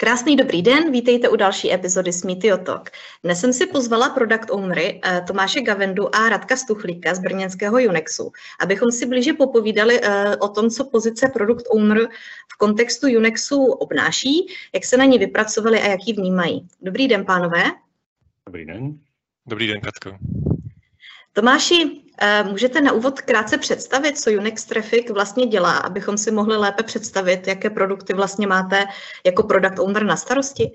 Krásný dobrý den, vítejte u další epizody Smítyho Talk. Dnes jsem si pozvala product ownery Tomáše Gavendu a Radka Stuchlíka z brněnského Unexu, abychom si blíže popovídali o tom, co pozice product owner v kontextu Unexu obnáší, jak se na ní vypracovali a jak ji vnímají. Dobrý den, pánové. Dobrý den. Dobrý den, Katko. Tomáši, můžete na úvod krátce představit, co Unex Traffic vlastně dělá, abychom si mohli lépe představit, jaké produkty vlastně máte jako product owner na starosti?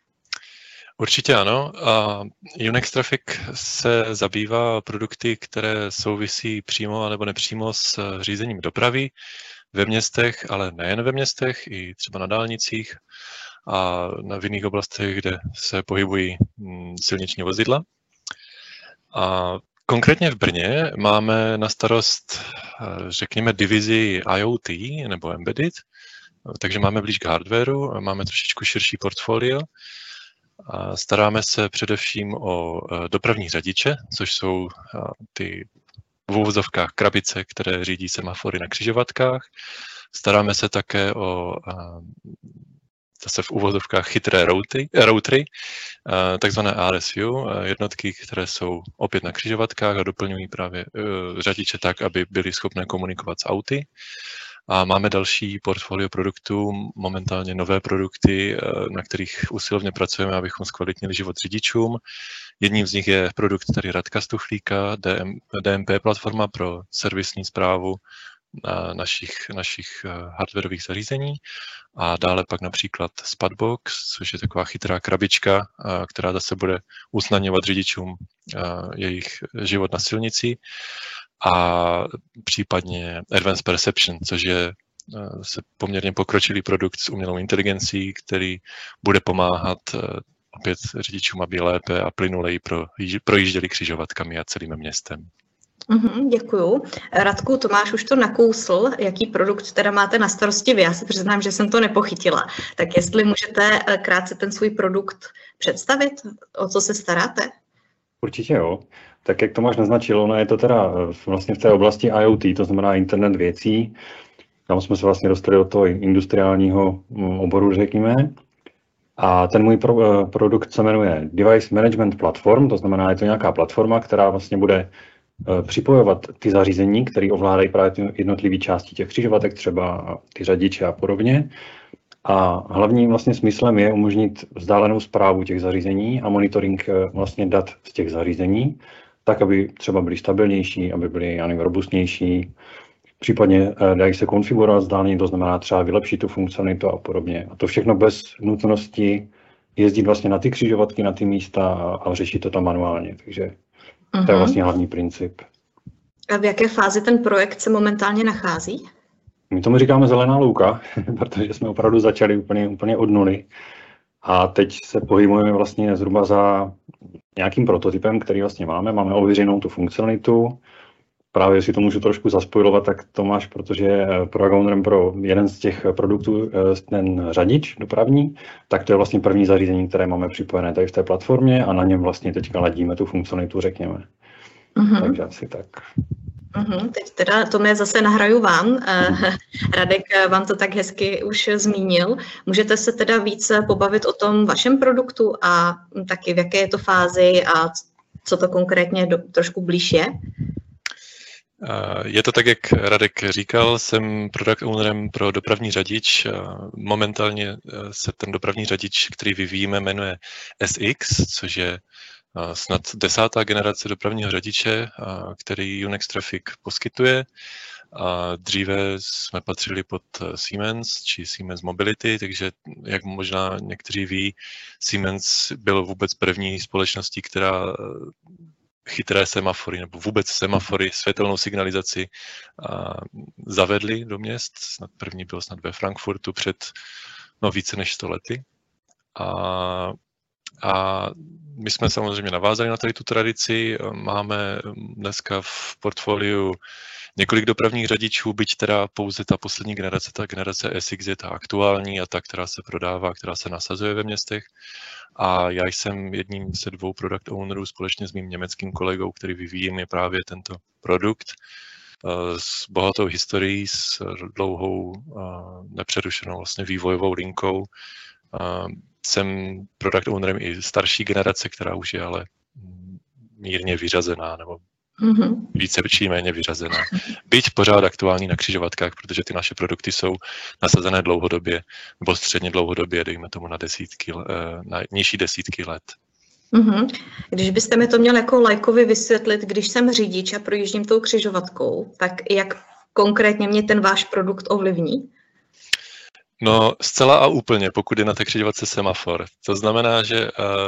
Určitě ano. Unex Traffic se zabývá produkty, které souvisí přímo nebo nepřímo s řízením dopravy ve městech, ale nejen ve městech, i třeba na dálnicích a v jiných oblastech, kde se pohybují silniční vozidla. A konkrétně v Brně máme na starost, řekněme, divizi IoT nebo Embedded, takže máme blíž k hardwareu, máme trošičku širší portfolio. A staráme se především o dopravní řadiče, což jsou ty v uvozovkách krabice, které řídí semafory na křižovatkách. Staráme se také o zase v uvozovkách chytré routery, takzvané RSU, jednotky, které jsou opět na křižovatkách a doplňují právě řadiče tak, aby byly schopné komunikovat s auty. A máme další portfolio produktů, momentálně nové produkty, na kterých usilovně pracujeme, abychom zkvalitnili život řidičům. Jedním z nich je produkt tady Radka Stuchlíka, DMP platforma pro servisní správu našich hardwarových zařízení. A dále pak například Spatbox, což je taková chytrá krabička, která zase bude usnadňovat řidičům jejich život na silnici. A případně Advanced Perception, což je poměrně pokročilý produkt s umělou inteligencí, který bude pomáhat opět řidičům, aby lépe a plynuleji projížděli křižovatkami a celým městem. Děkuju. Radku, Tomáš už to nakousl, jaký produkt teda máte na starosti vy. Já se přiznám, že jsem to nepochytila. Tak jestli můžete krátce ten svůj produkt představit, o co se staráte? Určitě jo. Tak jak Tomáš naznačil, ono je to teda vlastně v té oblasti IoT, to znamená internet věcí. Tam jsme se vlastně dostali do toho industriálního oboru, řekněme. A ten můj produkt se jmenuje Device Management Platform, to znamená, je to nějaká platforma, která vlastně bude připojovat ty zařízení, které ovládají právě jednotlivé části těch křižovatek, třeba ty řadiče a podobně. A hlavním vlastně smyslem je umožnit vzdálenou správu těch zařízení a monitoring vlastně dat z těch zařízení, tak, aby třeba byly stabilnější, aby byly robustnější, případně dají se konfigurovat vzdáleně, to znamená třeba vylepšit tu funkcionalitu a podobně. A to všechno bez nutnosti jezdit vlastně na ty křižovatky, na ty místa a řešit to tam manuálně. Takže to je vlastně hlavní princip. A v jaké fázi ten projekt se momentálně nachází? My tomu říkáme zelená louka, protože jsme opravdu začali úplně od nuly. A teď se pohybujeme vlastně zhruba za nějakým prototypem, který vlastně máme. Máme ověřenou tu funkcionalitu. Právě jestli to můžu trošku zaspojovat, tak Tomáš, protože je product ownerem pro jeden z těch produktů, ten řadič dopravní, tak to je vlastně první zařízení, které máme připojené tady v té platformě a na něm vlastně teďka ladíme tu funkcionalitu, řekněme. Takže asi tak. Teď teda to mě zase nahraju vám. Radek vám to tak hezky už zmínil. Můžete se teda víc pobavit o tom vašem produktu a taky v jaké je to fázi a co to konkrétně trošku blíž je? Je to tak, jak Radek říkal, jsem product ownerem pro dopravní řadič. Momentálně se ten dopravní řadič, který vyvíjíme, jmenuje SX, což je snad 10. generace dopravního řadiče, který Unex Traffic poskytuje. Dříve jsme patřili pod Siemens či Siemens Mobility, takže jak možná někteří ví, Siemens byl vůbec první společností, která chytré semafory nebo vůbec semafory, světelnou signalizaci zavedli do měst. Snad první byl snad ve Frankfurtu před více než 100 lety. A my jsme samozřejmě navázali na tady tu tradici. Máme dneska v portfoliu několik dopravních řadičů, byť teda pouze ta poslední generace, ta generace SX je ta aktuální a ta, která se prodává, která se nasazuje ve městech. A já jsem jedním ze 2 product ownerů společně s mým německým kolegou, který vyvíjíme právě tento produkt s bohatou historií, s dlouhou nepřerušenou vlastně vývojovou linkou Jsem product ownerem i starší generace, která už je ale mírně vyřazená, nebo více či méně vyřazená. Byť pořád aktuální na křižovatkách, protože ty naše produkty jsou nasazené dlouhodobě, nebo středně dlouhodobě, dejme tomu na nižší desítky let. Když byste mi to měl jako lajkovi vysvětlit, když jsem řidič a projíždím tou křižovatkou, tak jak konkrétně mě ten váš produkt ovlivní? No, zcela a úplně, pokud je na té křižovatce semafor. To znamená, že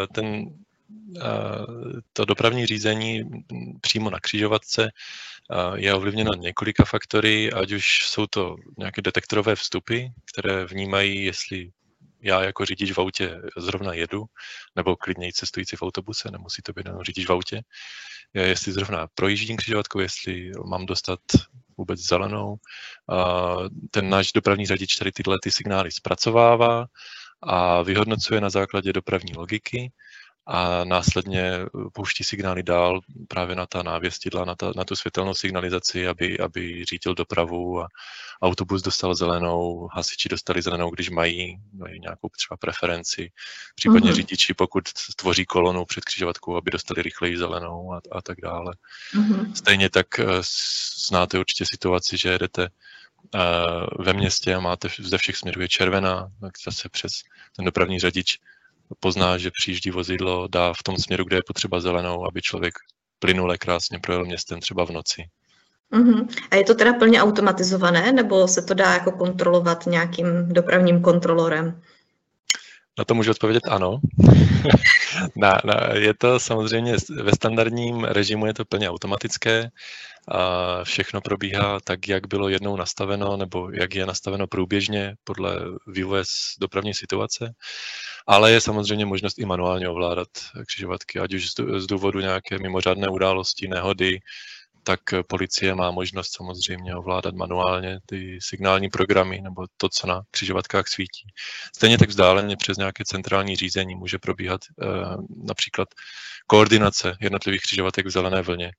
to dopravní řízení přímo na křižovatce je ovlivněno několika faktory, ať už jsou to nějaké detektorové vstupy, které vnímají, jestli já jako řidič v autě zrovna jedu, nebo klidněji cestující v autobuse, nemusí to být jenom řidič v autě, jestli zrovna projíždím křižovatkou, jestli mám dostat vůbec zelenou. Ten náš dopravní řidič tady tyhle signály zpracovává a vyhodnocuje na základě dopravní logiky a následně pouští signály dál právě na ta návěstidla, na tu světelnou signalizaci, aby řídil dopravu a autobus dostal zelenou, hasiči dostali zelenou, když mají nějakou třeba preferenci, případně řidiči, pokud tvoří kolonu před křižovatkou, aby dostali rychleji zelenou a tak dále. Stejně tak znáte určitě situaci, že jedete ve městě a máte ze všech směrů je červená, tak zase přes ten dopravní řidič pozná, že přijíždí vozidlo, dá v tom směru, kde je potřeba zelenou, aby člověk plynule krásně projel městem třeba v noci. A je to teda plně automatizované, nebo se to dá jako kontrolovat nějakým dopravním kontrolorem? Na to můžu odpovědět ano. Je to samozřejmě ve standardním režimu je to plně automatické. A všechno probíhá tak, jak bylo jednou nastaveno, nebo jak je nastaveno průběžně podle vývoje dopravní situace. Ale je samozřejmě možnost i manuálně ovládat křižovatky, ať už z důvodu nějaké mimořádné události, nehody, tak policie má možnost samozřejmě ovládat manuálně ty signální programy nebo to, co na křižovatkách svítí. Stejně tak vzdáleně přes nějaké centrální řízení může probíhat například koordinace jednotlivých křižovatek v zelené vlně.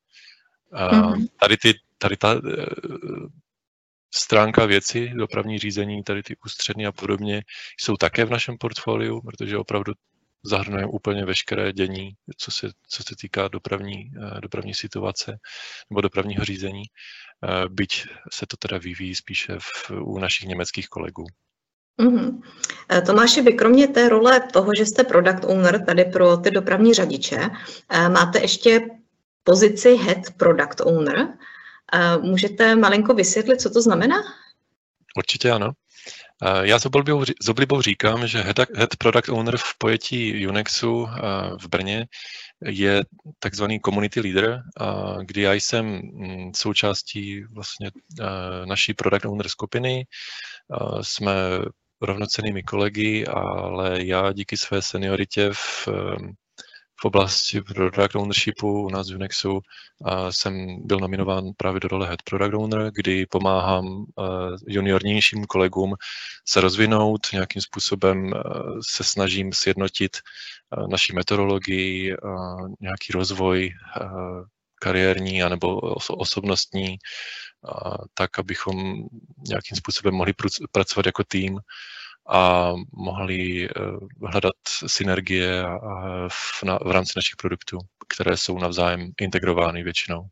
Tady ta stránka věci, dopravní řízení, tady ty ústřední a podobně jsou také v našem portfoliu, protože opravdu zahrnujeme úplně veškeré dění, co se týká dopravní situace nebo dopravního řízení, byť se to teda vyvíjí spíše u našich německých kolegů. Tomáši, vy kromě té role toho, že jste product owner tady pro ty dopravní řidiče, máte ještě pozici Head Product Owner. Můžete malinko vysvětlit, co to znamená? Určitě ano. Já s oblibou říkám, že Head Product Owner v pojetí Unexu v Brně je takzvaný community leader, kdy já jsem součástí vlastně naší Product Owner skupiny. Jsme rovnocennými kolegy, ale já díky své senioritě v oblasti product ownershipu u nás v Unexu jsem byl nominován právě do role Head Product Owner, kdy pomáhám juniornějším kolegům se rozvinout, nějakým způsobem se snažím sjednotit naši metodologii, nějaký rozvoj kariérní anebo osobnostní, tak, abychom nějakým způsobem mohli pracovat jako tým a mohli hledat synergie v rámci našich produktů, které jsou navzájem integrovány většinou.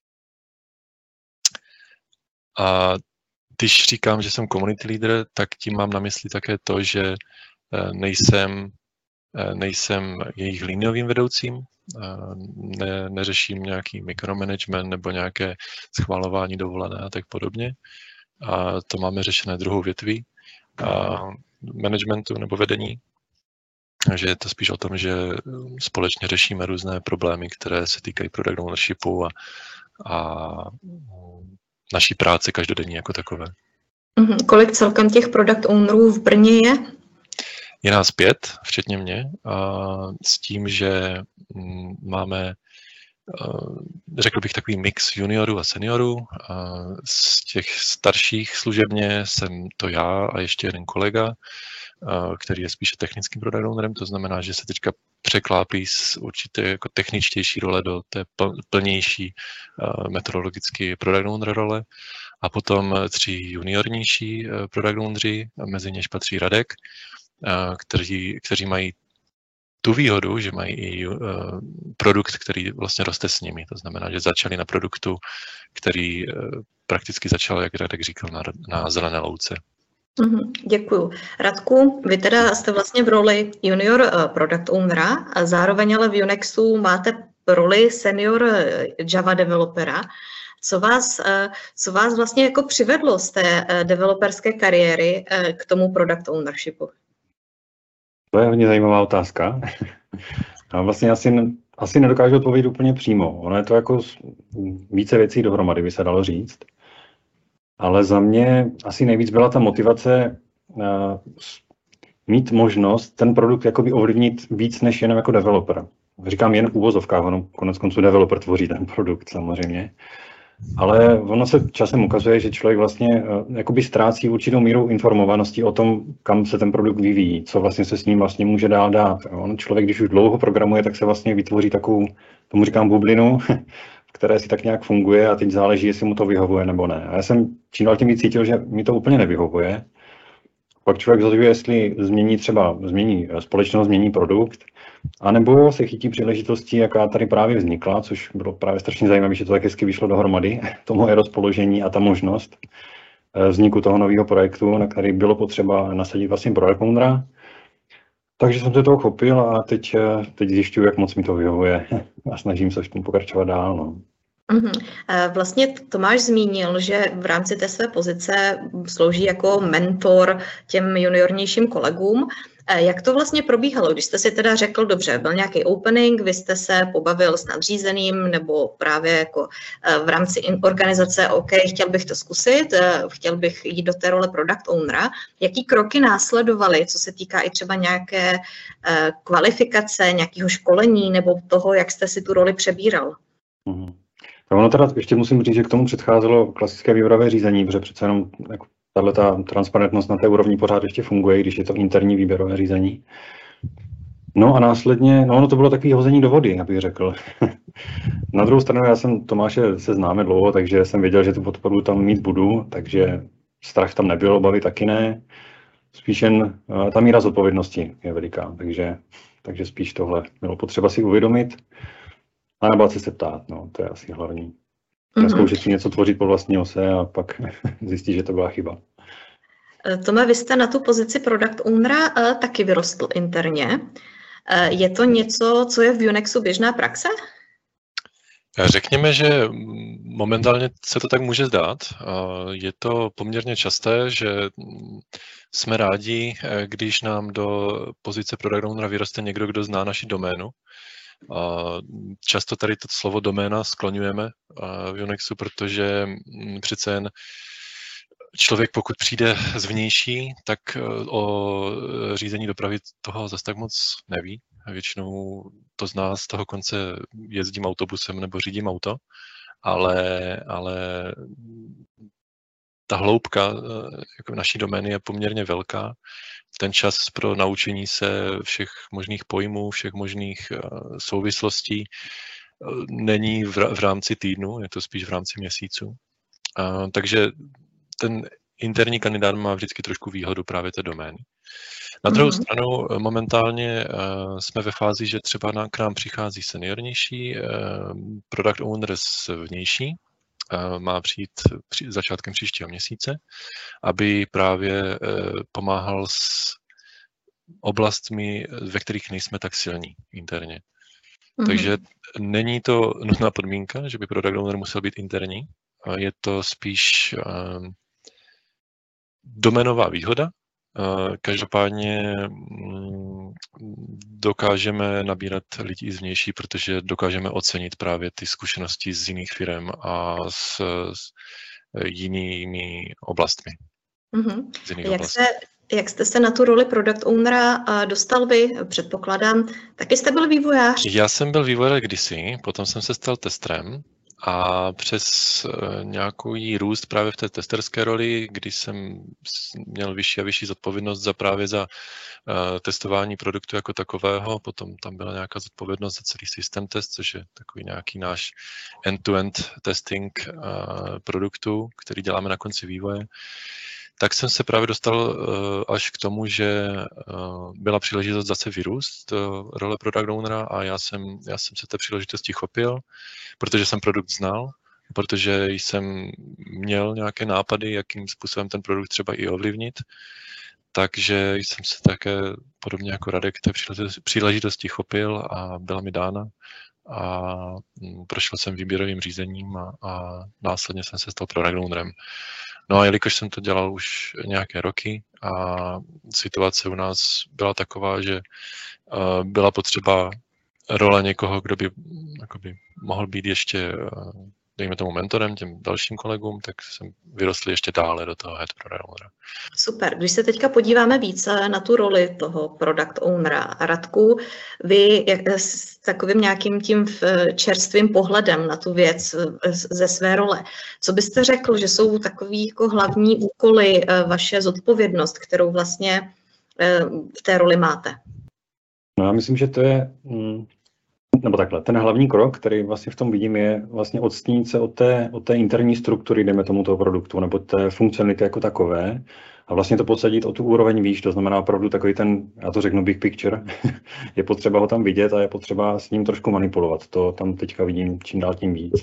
A když říkám, že jsem community leader, tak tím mám na mysli také to, že nejsem jejich liniovým vedoucím, neřeším nějaký mikromanagement nebo nějaké schvalování dovolené a tak podobně. A to máme řešené druhou větví managementu nebo vedení, že je to spíš o tom, že společně řešíme různé problémy, které se týkají product ownershipu a naší práce každodenní jako takové. Kolik celkem těch product ownerů v Brně je? Je nás 5, včetně mě, s tím, že máme, řekl bych, takový mix juniorů a seniorů. Z těch starších služebně jsem to já a ještě jeden kolega, který je spíše technickým product ownerem, to znamená, že se teďka překlápí z určité jako techničtější role do té plnější metodologicky product owner role. A potom 3 juniornější product owneri, mezi něž patří Radek, kteří mají tu výhodu, že mají i produkt, který vlastně roste s nimi. To znamená, že začali na produktu, který prakticky začal, jak Radek říkal, na zelené louce. Děkuju. Radku, vy teda jste vlastně v roli junior product ownera a zároveň ale v Unexu máte roli senior Java developera. Co vás vlastně jako přivedlo z té developerské kariéry k tomu product ownershipu? To je hodně zajímavá otázka. A vlastně asi nedokážu odpovědět úplně přímo. Ono je to jako více věcí dohromady, by se dalo říct. Ale za mě asi nejvíc byla ta motivace mít možnost ten produkt jakoby ovlivnit víc než jenom jako developer. Říkám jen v uvozovkách, ono konec konců developer tvoří ten produkt samozřejmě. Ale ono se časem ukazuje, že člověk vlastně jakoby ztrácí určitou míru informovanosti o tom, kam se ten produkt vyvíjí, co vlastně se s ním vlastně může dál dát. On člověk, když už dlouho programuje, tak se vlastně vytvoří takovou, tomu říkám bublinu, v které si tak nějak funguje a teď záleží, jestli mu to vyhovuje nebo ne. A já jsem čím dál tím víc cítil, že mi to úplně nevyhovuje. Pak člověk zvažuje, jestli změní společnost, změní produkt, anebo se chytí příležitosti, jaká tady právě vznikla, což bylo právě strašně zajímavé, že to tak hezky vyšlo dohromady, to moje rozpoložení a ta možnost vzniku toho nového projektu, na který bylo potřeba nasadit vlastně product ownera. Takže jsem se toho chopil a teď zjišťuji, jak moc mi to vyhovuje a snažím se v tom pokračovat dál. No. Vlastně Tomáš zmínil, že v rámci té své pozice slouží jako mentor těm juniornějším kolegům. Jak to vlastně probíhalo, když jste si teda řekl, dobře, byl nějaký opening, vy jste se pobavil s nadřízeným nebo právě jako v rámci organizace, OK, chtěl bych to zkusit, chtěl bych jít do té role product ownera. Jaký kroky následovaly, co se týká i třeba nějaké kvalifikace, nějakého školení nebo toho, jak jste si tu roli přebíral? Tak ono teda ještě musím říct, že k tomu předcházelo klasické výběrové řízení, protože přece jenom jako tato transparentnost na té úrovni pořád ještě funguje, když je to interní výběrové řízení. No a následně, ono to bylo takové hození do vody, abych řekl. Na druhou stranu, já jsem Tomáše se známe dlouho, takže jsem věděl, že tu podporu tam mít budu, takže strach tam nebyl, obavy taky ne. Spíš jen ta míra zodpovědnosti je veliká, takže spíš tohle bylo potřeba si uvědomit a nebát se ptát, no, to je asi hlavní. Zkoušet si něco tvořit po vlastní ose a pak zjistit, že to byla chyba. Tome, vy jste na tu pozici product ownera taky vyrostl interně. Je to něco, co je v Unexu běžná praxe? Řekněme, že momentálně se to tak může zdát. Je to poměrně časté, že jsme rádi, když nám do pozice product ownera vyroste někdo, kdo zná naši doménu. Často tady to slovo doména skloňujeme v Unexu, protože přece jen člověk, pokud přijde zvnější, tak o řízení dopravy toho zase tak moc neví. Většinou to zná z toho konce jezdím autobusem nebo řídím auto, ale ta hloubka jako naší domény je poměrně velká. Ten čas pro naučení se všech možných pojmů, všech možných souvislostí není v rámci týdnu, je to spíš v rámci měsíců. Takže ten interní kandidát má vždycky trošku výhodu právě té domény. Na druhou stranu momentálně jsme ve fázi, že třeba k nám přichází seniornější product owner zvnější, má přijít začátkem příštího měsíce, aby právě pomáhal s oblastmi, ve kterých nejsme tak silní interně. Takže není to nutná podmínka, že by product owner musel být interní, je to spíš doménová výhoda. Každopádně dokážeme nabírat lidi i zvnější, protože dokážeme ocenit právě ty zkušenosti z jiných firm a s jinými oblastmi. Jak jste se na tu roli product ownera dostal vy? Předpokládám, taky jste byl vývojář? Já jsem byl vývojář kdysi, potom jsem se stal testerem. A přes nějaký růst právě v té testerské roli, kdy jsem měl vyšší a vyšší zodpovědnost za testování produktu jako takového, potom tam byla nějaká zodpovědnost za celý systém test, což je takový nějaký náš end-to-end testing produktu, který děláme na konci vývoje, tak jsem se právě dostal až k tomu, že byla příležitost zase vyrůst do role product ownera a já jsem se té příležitosti chopil, protože jsem produkt znal, protože jsem měl nějaké nápady, jakým způsobem ten produkt třeba i ovlivnit, takže jsem se také podobně jako Radek té příležitosti chopil a byla mi dána a prošel jsem výběrovým řízením a následně jsem se stal product ownerem. No a jelikož jsem to dělal už nějaké roky a situace u nás byla taková, že byla potřeba role někoho, kdo by mohl být ještě, dejme tomu, mentorem těm dalším kolegům, tak jsem vyrostl ještě dále do toho head product ownera. Super. Když se teďka podíváme více na tu roli toho product ownera, Radku, vy s takovým nějakým tím čerstvým pohledem na tu věc ze své role, co byste řekl, že jsou takový jako hlavní úkoly, vaše zodpovědnost, kterou vlastně v té roli máte? No já myslím, že to je, nebo takhle, ten hlavní krok, který vlastně v tom vidím, je vlastně odstínit se od té interní struktury, dejme tomu toho produktu, nebo té funkcionality jako takové a vlastně to podsadit o tu úroveň výš, to znamená opravdu takový ten, já to řeknu big picture, je potřeba ho tam vidět a je potřeba s ním trošku manipulovat, to tam teďka vidím čím dál tím víc.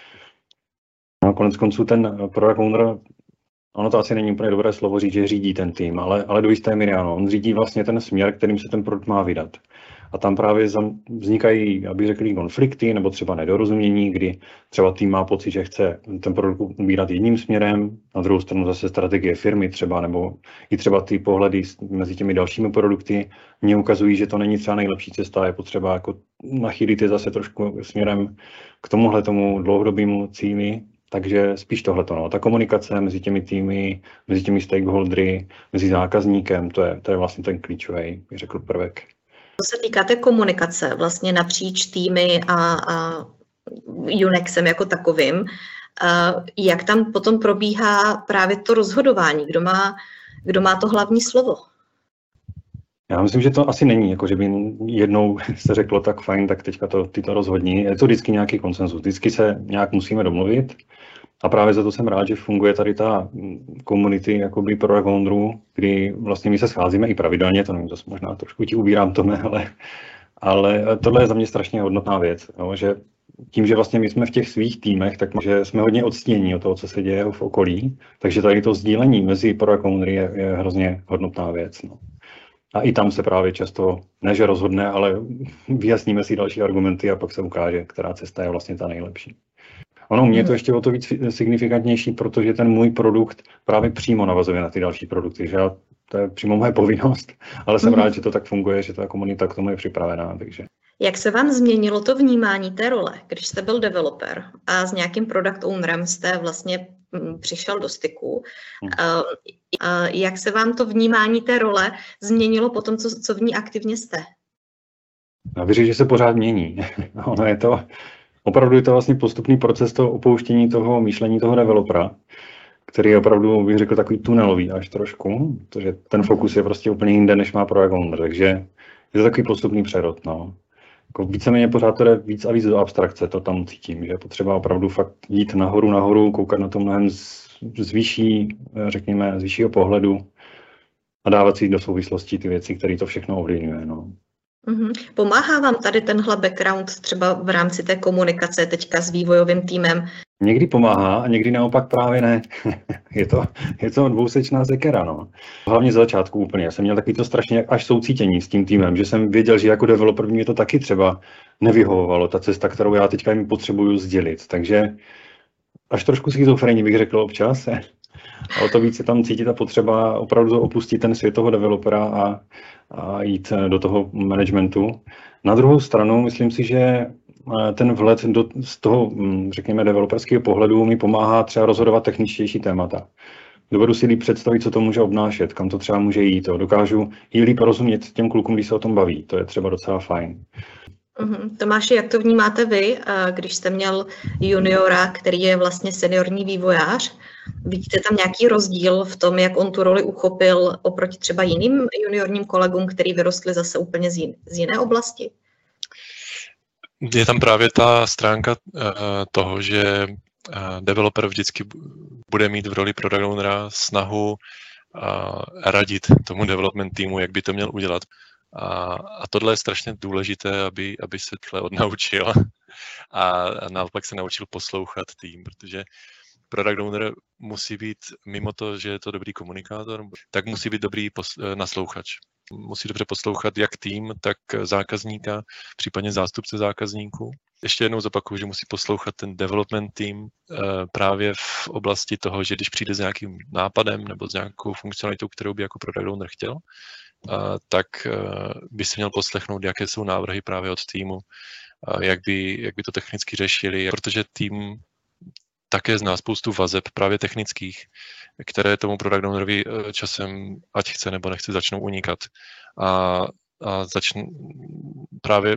No a konec konců ten product owner, ono to asi není úplně dobré slovo říct, že řídí ten tým, ale do jisté míry ano, on řídí vlastně ten směr, kterým se ten produkt má vydat. A tam právě vznikají, abych řekl, konflikty nebo třeba nedorozumění, kdy třeba tým má pocit, že chce ten produkt ubírat jedním směrem, na druhou stranu zase strategie firmy třeba, nebo i třeba ty pohledy mezi těmi dalšími produkty mě ukazují, že to není třeba nejlepší cesta, je potřeba jako nachýlit je zase trošku směrem k tomuhle tomu dlouhodobému cíli. Takže spíš tohleto, no. Ta komunikace mezi těmi týmy, mezi těmi stakeholdery, mezi zákazníkem, to je vlastně ten klíčový, bych řekl, prvek. Co se týká té komunikace vlastně napříč týmy a Unexem jako takovým, jak tam potom probíhá právě to rozhodování, kdo má to hlavní slovo? Já myslím, že to asi není, jako že by jednou se řeklo tak fajn, tak teďka ty to rozhodni. Je to vždycky nějaký konsenzus, vždycky se nějak musíme domluvit. A právě za to jsem rád, že funguje tady ta community jakoby product ownerů, kdy vlastně my se scházíme i pravidelně, to nevím, zase možná trošku ti ubírám Tome, ale tohle je za mě strašně hodnotná věc, jo, že tím, že vlastně my jsme v těch svých týmech, tak že jsme hodně odstíněni od toho, co se děje v okolí, takže tady to sdílení mezi product ownery je hrozně hodnotná věc. No. A i tam se právě často, ne že rozhodne, ale vyjasníme si další argumenty a pak se ukáže, která cesta je vlastně ta nejlepší. Ono u mě je to ještě o to víc signifikantnější, protože ten můj produkt právě přímo navazuje na ty další produkty, že to je přímo moje povinnost, ale jsem rád, že to tak funguje, že ta komunita k tomu je připravená. Takže. Jak se vám změnilo to vnímání té role, když jste byl developer a s nějakým product ownerem jste vlastně přišel do styku? Jak se vám to vnímání té role změnilo po tom, co v ní aktivně jste? Já bych řekl, že se pořád mění. Ono je to... Opravdu je to vlastně postupný proces toho opouštění toho myšlení toho developera, který je opravdu, bych řekl, takový tunelový až trošku, protože ten fokus je prostě úplně jinde, než má product owner, takže je to takový postupný přerod. No. Jako víceméně pořád to jde víc a víc do abstrakce, to tam cítím, že je potřeba opravdu fakt jít nahoru, koukat na to mnohem z vyššího pohledu a dávat si do souvislosti ty věci, které to všechno ovlivňuje. No. Pomáhá vám tady tenhle background třeba v rámci té komunikace teďka s vývojovým týmem? Někdy pomáhá a někdy naopak právě ne. je to dvousečná sekera. No. Hlavně z začátku úplně. Já jsem měl takový to strašně až soucítění s tím týmem, že jsem věděl, že jako developer mě to taky třeba nevyhovovalo, ta cesta, kterou já teďka jim potřebuju sdělit. Takže až trošku schizofrení bych řekl občas. A o to víc je tam cítit a potřeba opravdu opustit ten svět toho developera a jít do toho managementu. Na druhou stranu, myslím si, že ten vhled z toho, řekněme, developerského pohledu mi pomáhá třeba rozhodovat techničtější témata. Dovedu si líp představit, co to může obnášet, kam to třeba může jít. Dokážu i líp rozumět těm klukům, když se o tom baví. To je třeba docela fajn. Tomáši, jak to vnímáte vy, když jste měl juniora, který je vlastně seniorní vývojář? Vidíte tam nějaký rozdíl v tom, jak on tu roli uchopil oproti třeba jiným juniorním kolegům, který vyrostli zase úplně z jiné oblasti? Je tam právě ta stránka toho, že developer vždycky bude mít v roli product ownera snahu radit tomu development týmu, jak by to měl udělat. A tohle je strašně důležité, aby se tohle odnaučil a naopak se naučil poslouchat tým, protože product owner musí být, mimo to, že je to dobrý komunikátor, tak musí být dobrý naslouchač. Musí dobře poslouchat jak tým, tak zákazníka, případně zástupce zákazníků. Ještě jednou zopakuju, že musí poslouchat ten development team právě v oblasti toho, že když přijde s nějakým nápadem nebo s nějakou funkcionalitou, kterou by jako product owner chtěl, tak by si měl poslechnout, jaké jsou návrhy právě od týmu, jak by to technicky řešili, protože tým také zná spoustu vazeb právě technických, které tomu product ownerovi časem, ať chce nebo nechce, začnou unikat. A právě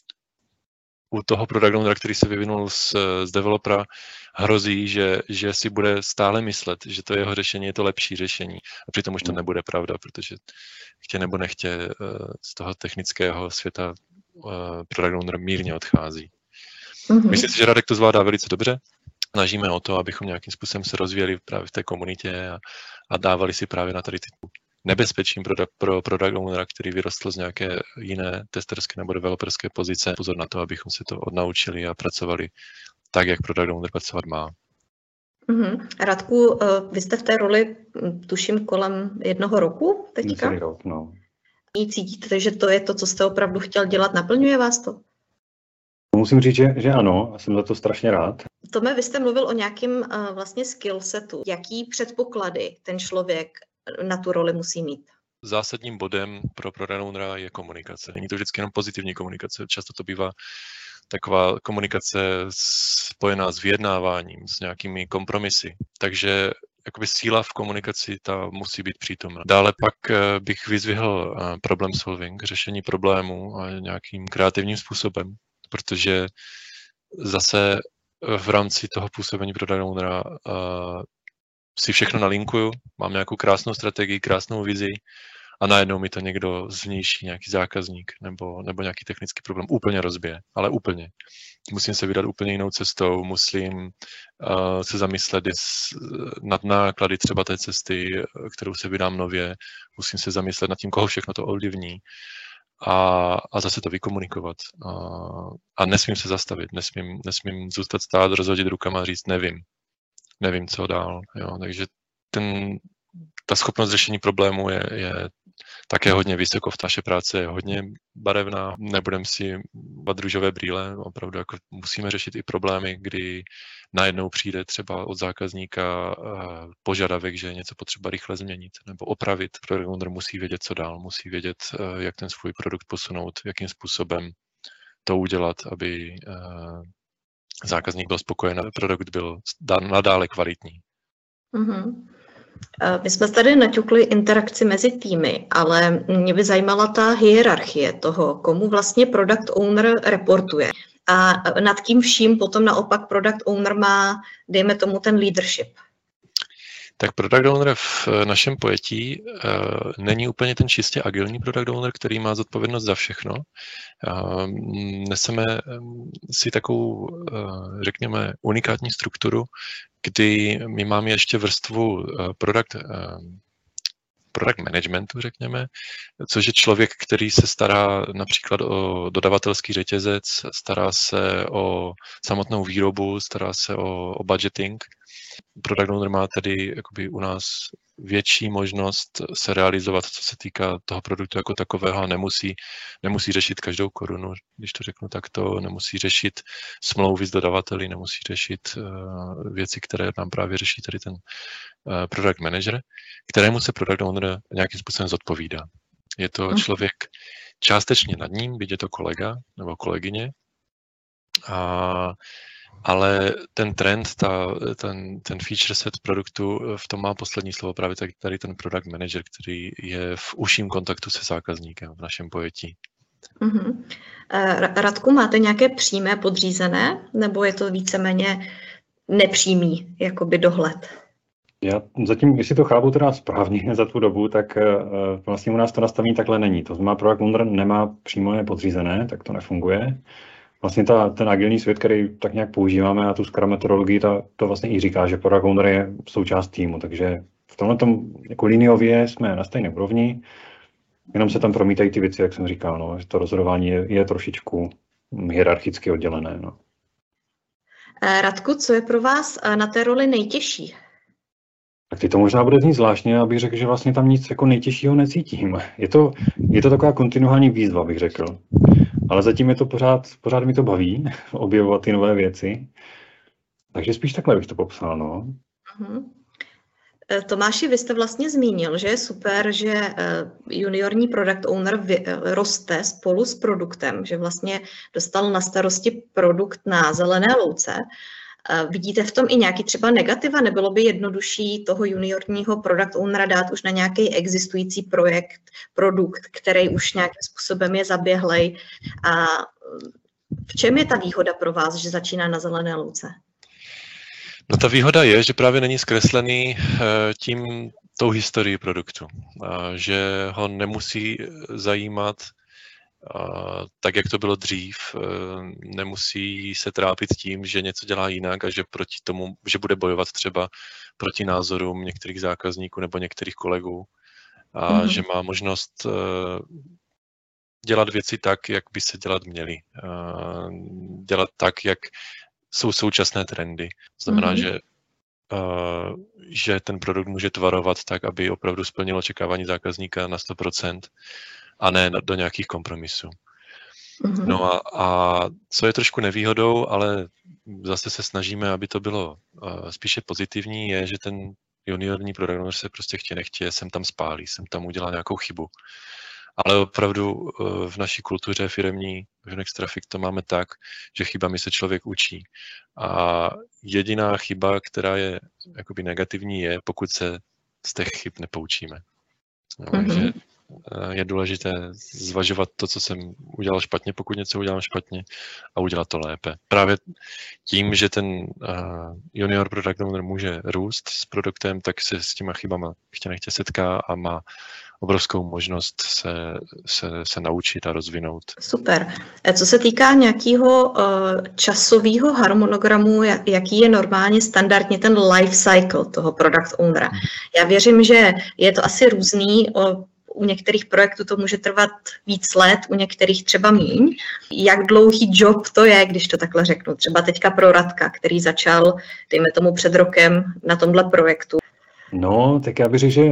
u toho product ownera, který se vyvinul z developera, hrozí, že si bude stále myslet, že to jeho řešení je to lepší řešení. A přitom už to nebude pravda, protože chtě nebo nechtě z toho technického světa product owner mírně odchází. Mm-hmm. Myslím si, že Radek to zvládá velice dobře. Snažíme o to, abychom nějakým způsobem se rozvíjeli právě v té komunitě a dávali si právě na tady ty nebezpečím pro product ownera, který vyrostl z nějaké jiné testerské nebo developerské pozice. Pozor na to, abychom se to odnaučili a pracovali tak, jak product owner pracovat má. Mm-hmm. Radku, vy jste v té roli, tuším, kolem 1 roku teďka? Celý rok, no. Cítíte, že to je to, co jste opravdu chtěl dělat? Naplňuje vás to? Musím říct, že ano, a jsem za to strašně rád. Tome, vy jste mluvil o nějakém vlastně skillsetu. Jaký předpoklady ten člověk na tu roli musí mít? Zásadním bodem pro product ownera je komunikace. Není to vždycky jenom pozitivní komunikace, často to bývá taková komunikace spojená s vyjednáváním, s nějakými kompromisy. Takže jakoby síla v komunikaci ta musí být přítomna. Dále pak bych vyzvihl problem solving, řešení problémů a nějakým kreativním způsobem, protože zase v rámci toho působení product ownera si všechno nalinkuju, mám nějakou krásnou strategii, krásnou vizi a najednou mi to někdo zvnější, nějaký zákazník nebo nějaký technický problém úplně rozbije, ale úplně. Musím se vydat úplně jinou cestou, musím se zamyslet nad náklady třeba té cesty, kterou se vydám nově, musím se zamyslet nad tím, koho všechno to ovlivní a zase to vykomunikovat. A nesmím se zastavit, nesmím zůstat stát, rozhodit rukama a říct nevím, co dál. Jo. Takže ta schopnost řešení problému je také hodně vysoko. Naše práce je hodně barevná. Nebudeme si bát růžové brýle. Opravdu jako musíme řešit i problémy, kdy najednou přijde třeba od zákazníka požadavek, že je něco potřeba rychle změnit nebo opravit. Product owner musí vědět, co dál, musí vědět, jak ten svůj produkt posunout, jakým způsobem to udělat, aby zákazník byl spokojen a produkt byl nadále kvalitní. Mm-hmm. My jsme tady naťukli interakci mezi týmy, ale mě by zajímala ta hierarchie toho, komu vlastně product owner reportuje. A nad tím vším potom naopak product owner má, dejme tomu, ten leadership. Tak product owner v našem pojetí není úplně ten čistě agilní product owner, který má zodpovědnost za všechno. Neseme si takovou, řekněme, unikátní strukturu, kdy my máme ještě vrstvu product managementu, řekněme, což je člověk, který se stará například o dodavatelský řetězec, stará se o samotnou výrobu, stará se o budgeting. Product owner má tedy jakoby u nás větší možnost se realizovat, co se týká toho produktu jako takového a nemusí řešit každou korunu, když to řeknu takto, nemusí řešit smlouvy s dodavateli, nemusí řešit věci, které nám právě řeší tady ten product manager, kterému se product owner nějakým způsobem zodpovídá. Je to člověk částečně nad ním, byť je to kolega nebo kolegyně, ale ten trend, ten feature set produktu, v tom má poslední slovo právě tady ten product manager, který je v užším kontaktu se zákazníkem v našem pojetí. Mm-hmm. Radku, máte nějaké přímé podřízené, nebo je to víceméně nepřímý jakoby dohled? Já zatím, jestli to chápu teda správně za tu dobu, tak vlastně u nás to nastavení takhle není. To znamená, product owner nemá přímo podřízené, tak to nefunguje. vlastně ten agilní svět, který tak nějak používáme a tu Scrum metodologii, to vlastně i říká, že product owner je součást týmu, takže v tomhletom jako liniově jsme na stejné úrovni, jenom se tam promítají ty věci, jak jsem říkal, no, že to rozhodování je trošičku hierarchicky oddělené. No. Radku, co je pro vás na té roli nejtěžší? Tak ty to možná bude znít zvláštně, abych řekl, že vlastně tam nic jako nejtěžšího necítím. Je to taková kontinuální výzva, bych řekl. Ale zatím je to pořád mi to baví, objevovat ty nové věci. Takže spíš takhle bych to popsal, no. Tomáši, vy jste vlastně zmínil, že je super, že juniorní product owner roste spolu s produktem, že vlastně dostal na starosti produkt na zelené louce. Vidíte v tom i nějaký třeba negativa? Nebylo by jednodušší toho juniorního product ownera dát už na nějaký existující produkt, který už nějakým způsobem je zaběhlej? A v čem je ta výhoda pro vás, že začíná na zelené louce? No ta výhoda je, že právě není zkreslený tou historií produktu. Že ho nemusí zajímat tak, jak to bylo dřív, nemusí se trápit tím, že něco dělá jinak a že proti tomu, že bude bojovat třeba proti názorům některých zákazníků nebo některých kolegů a že má možnost dělat věci tak, jak by se dělat měly. Dělat tak, jak jsou současné trendy. Znamená, že ten produkt může tvarovat tak, aby opravdu splnil očekávání zákazníka na 100%. A ne do nějakých kompromisů. No a co je trošku nevýhodou, ale zase se snažíme, aby to bylo spíše pozitivní, je, že ten juniorní programér se prostě nechtě sem tam spálí, sem tam udělá nějakou chybu. Ale opravdu v naší kultuře firemní, v Unextraffic to máme tak, že chybami se člověk učí. A jediná chyba, která je jakoby negativní, je, pokud se z těch chyb nepoučíme. No, takže je důležité zvažovat to, co jsem udělal špatně, pokud něco udělám špatně, a udělat to lépe. Právě tím, že ten junior product owner může růst s produktem, tak se s těma chybama nechtě setká a má obrovskou možnost se naučit a rozvinout. Super. Co se týká nějakého časového harmonogramu, jaký je normálně standardně ten life cycle toho product ownera? Já věřím, že je to asi různý. U některých projektů to může trvat víc let, u některých třeba míň. Jak dlouhý job to je, když to takhle řeknu? Třeba teďka pro Radka, který začal, dejme tomu, před rokem na tomhle projektu. No, tak já bych řekl, že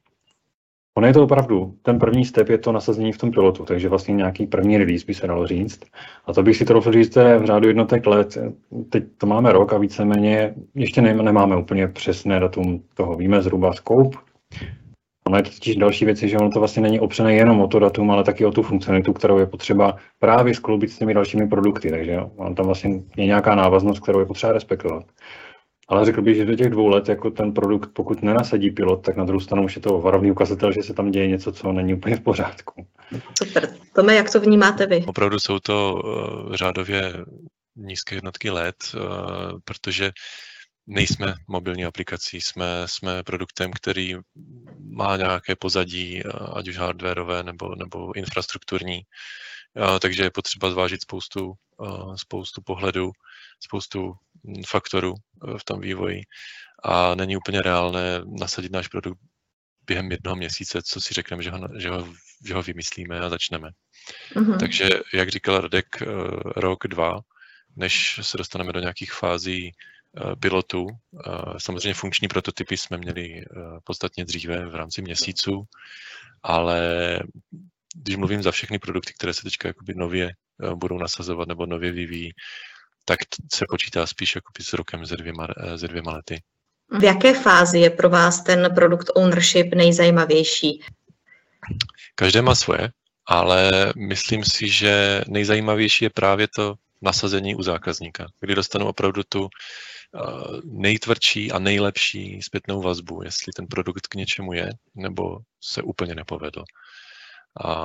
ono je to opravdu, ten první step je to nasazení v tom pilotu, takže vlastně nějaký první release by se dalo říct. A to bych si troufl říct, v řádu jednotek let. Teď to máme rok a víceméně ještě nemáme úplně přesné datum toho. Víme zhruba scope. Ono je to totiž další věci, že ono to vlastně není opřené jenom o to datum, ale taky o tu funkcionalitu, kterou je potřeba právě skloubit s těmi dalšími produkty. Takže on tam vlastně je nějaká návaznost, kterou je potřeba respektovat. Ale řekl bych, že do těch 2 let jako ten produkt, pokud nenasadí pilot, tak na druhou stranu už je to varovný ukazatel, že se tam děje něco, co není úplně v pořádku. Super. Tome, jak to vnímáte vy? Opravdu jsou to řádově nízké jednotky let, protože nejsme mobilní aplikací, jsme produktem, který má nějaké pozadí, ať už hardwareové nebo infrastrukturní, takže je potřeba zvážit spoustu pohledů, spoustu faktorů v tom vývoji a není úplně reálné nasadit náš produkt během 1 měsíce, co si řekneme, že ho vymyslíme a začneme. Takže, jak říkal Radek, rok, 2, než se dostaneme do nějakých fází pilotů. Samozřejmě funkční prototypy jsme měli podstatně dříve v rámci měsíců, ale když mluvím za všechny produkty, které se teďka jakoby nově budou nasazovat nebo nově vyvíjí, tak se počítá spíš jakoby s rokem se 2 lety. V jaké fázi je pro vás ten product ownership nejzajímavější? Každé má svoje, ale myslím si, že nejzajímavější je právě to nasazení u zákazníka, kdy dostanu opravdu tu nejtvrdší a nejlepší zpětnou vazbu, jestli ten produkt k něčemu je, nebo se úplně nepovedl. A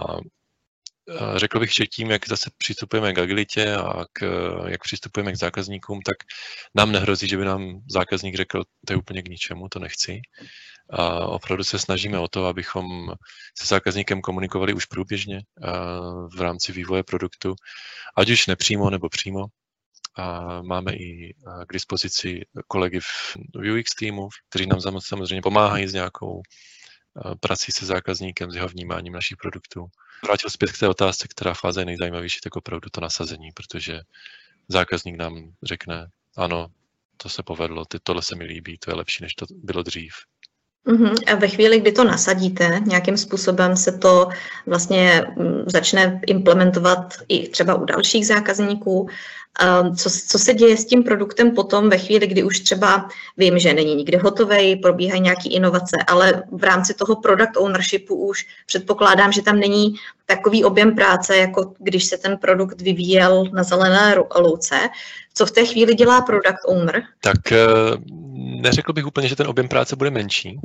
řekl bych, že tím, jak zase přistupujeme k agilitě a jak přistupujeme k zákazníkům, tak nám nehrozí, že by nám zákazník řekl, to je úplně k ničemu, to nechci. A opravdu se snažíme o to, abychom se zákazníkem komunikovali už průběžně v rámci vývoje produktu, ať už nepřímo nebo přímo. A máme i k dispozici kolegy v UX týmu, kteří nám samozřejmě pomáhají s nějakou prací se zákazníkem, s jeho vnímáním našich produktů. Vrátil zpět k té otázce, která fáze je nejzajímavější, tak opravdu to nasazení, protože zákazník nám řekne, ano, to se povedlo, tohle se mi líbí, to je lepší, než to bylo dřív. A ve chvíli, kdy to nasadíte, nějakým způsobem se to vlastně začne implementovat i třeba u dalších zákazníků. Co se děje s tím produktem potom ve chvíli, kdy už třeba vím, že není nikdy hotovej, probíhají nějaké inovace, ale v rámci toho product ownershipu už předpokládám, že tam není takový objem práce, jako když se ten produkt vyvíjel na zelené louce. Co v té chvíli dělá product owner? Tak neřekl bych úplně, že ten objem práce bude menší,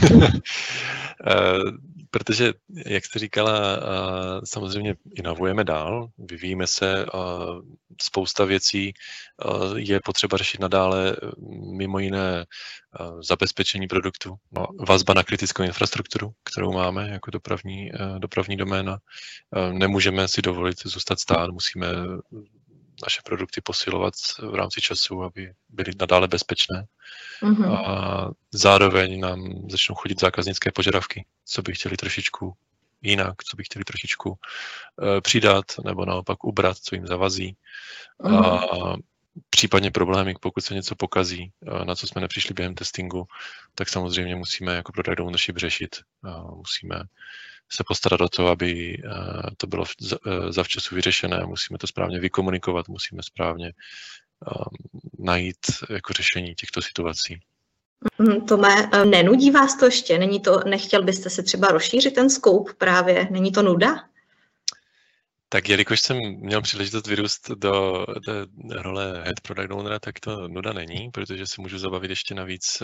protože, jak jste říkala, samozřejmě inovujeme dál, vyvíjíme se, spousta věcí je potřeba řešit nadále, mimo jiné zabezpečení produktu, vazba na kritickou infrastrukturu, kterou máme jako dopravní doména. Nemůžeme si dovolit zůstat stát, musíme naše produkty posilovat v rámci času, aby byly nadále bezpečné. A zároveň nám začnou chodit zákaznické požadavky, co by chtěli trošičku jinak, co by chtěli trošičku přidat nebo naopak ubrat, co jim zavazí. A případně problémy, pokud se něco pokazí, na co jsme nepřišli během testingu, tak samozřejmě musíme jako product ownership řešit. Musíme se postarat o to, aby to bylo zavčasu vyřešené, musíme to správně vykomunikovat, musíme správně najít jako řešení těchto situací. Tome, nenudí vás to ještě? Nechtěl byste se třeba rozšířit ten scope právě? Není to nuda? Tak jelikož jsem měl příležitost vyrůst do role head product ownera, tak to nuda není, protože se můžu zabavit ještě navíc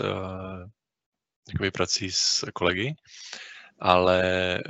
prací s kolegy, ale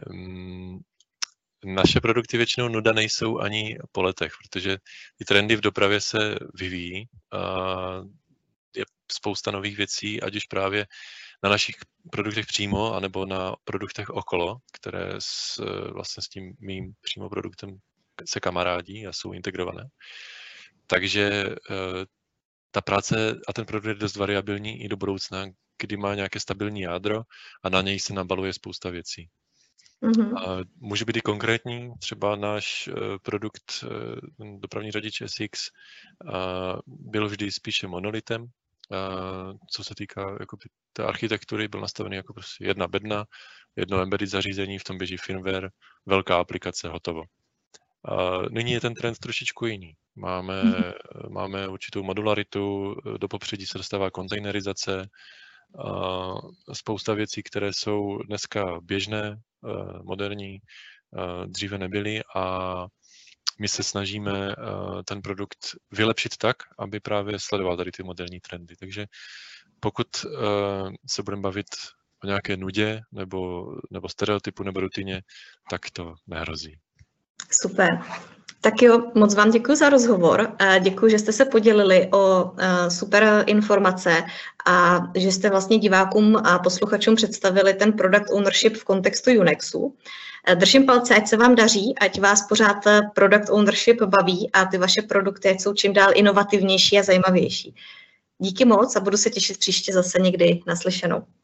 naše produkty většinou nuda nejsou ani po letech, protože ty trendy v dopravě se vyvíjí. Je spousta nových věcí, ať už právě na našich produktech přímo, anebo na produktech okolo, které vlastně s tím mým přímo produktem se kamarádí a jsou integrované. Takže ta práce a ten produkt je dost variabilní i do budoucna, kdy má nějaké stabilní jádro a na něj se nabaluje spousta věcí. Může být i konkrétní, třeba náš produkt dopravní řadič SX byl vždy spíše monolitem, co se týká jakoby, té architektury, byl nastavený jako prostě jedna bedna, jedno embedded zařízení, v tom běží firmware, velká aplikace, hotovo. Nyní je ten trend trošičku jiný. Máme určitou modularitu, do popředí se dostává kontejnerizace, spousta věcí, které jsou dneska běžné, moderní, dříve nebyly a my se snažíme ten produkt vylepšit tak, aby právě sledoval tady ty moderní trendy. Takže pokud se budeme bavit o nějaké nudě nebo stereotypu nebo rutině, tak to nehrozí. Super. Tak jo, moc vám děkuji za rozhovor. Děkuji, že jste se podělili o super informace a že jste vlastně divákům a posluchačům představili ten product ownership v kontextu UNEXu. Držím palce, ať se vám daří, ať vás pořád product ownership baví a ty vaše produkty jsou čím dál inovativnější a zajímavější. Díky moc a budu se těšit příště zase někdy naslyšenou.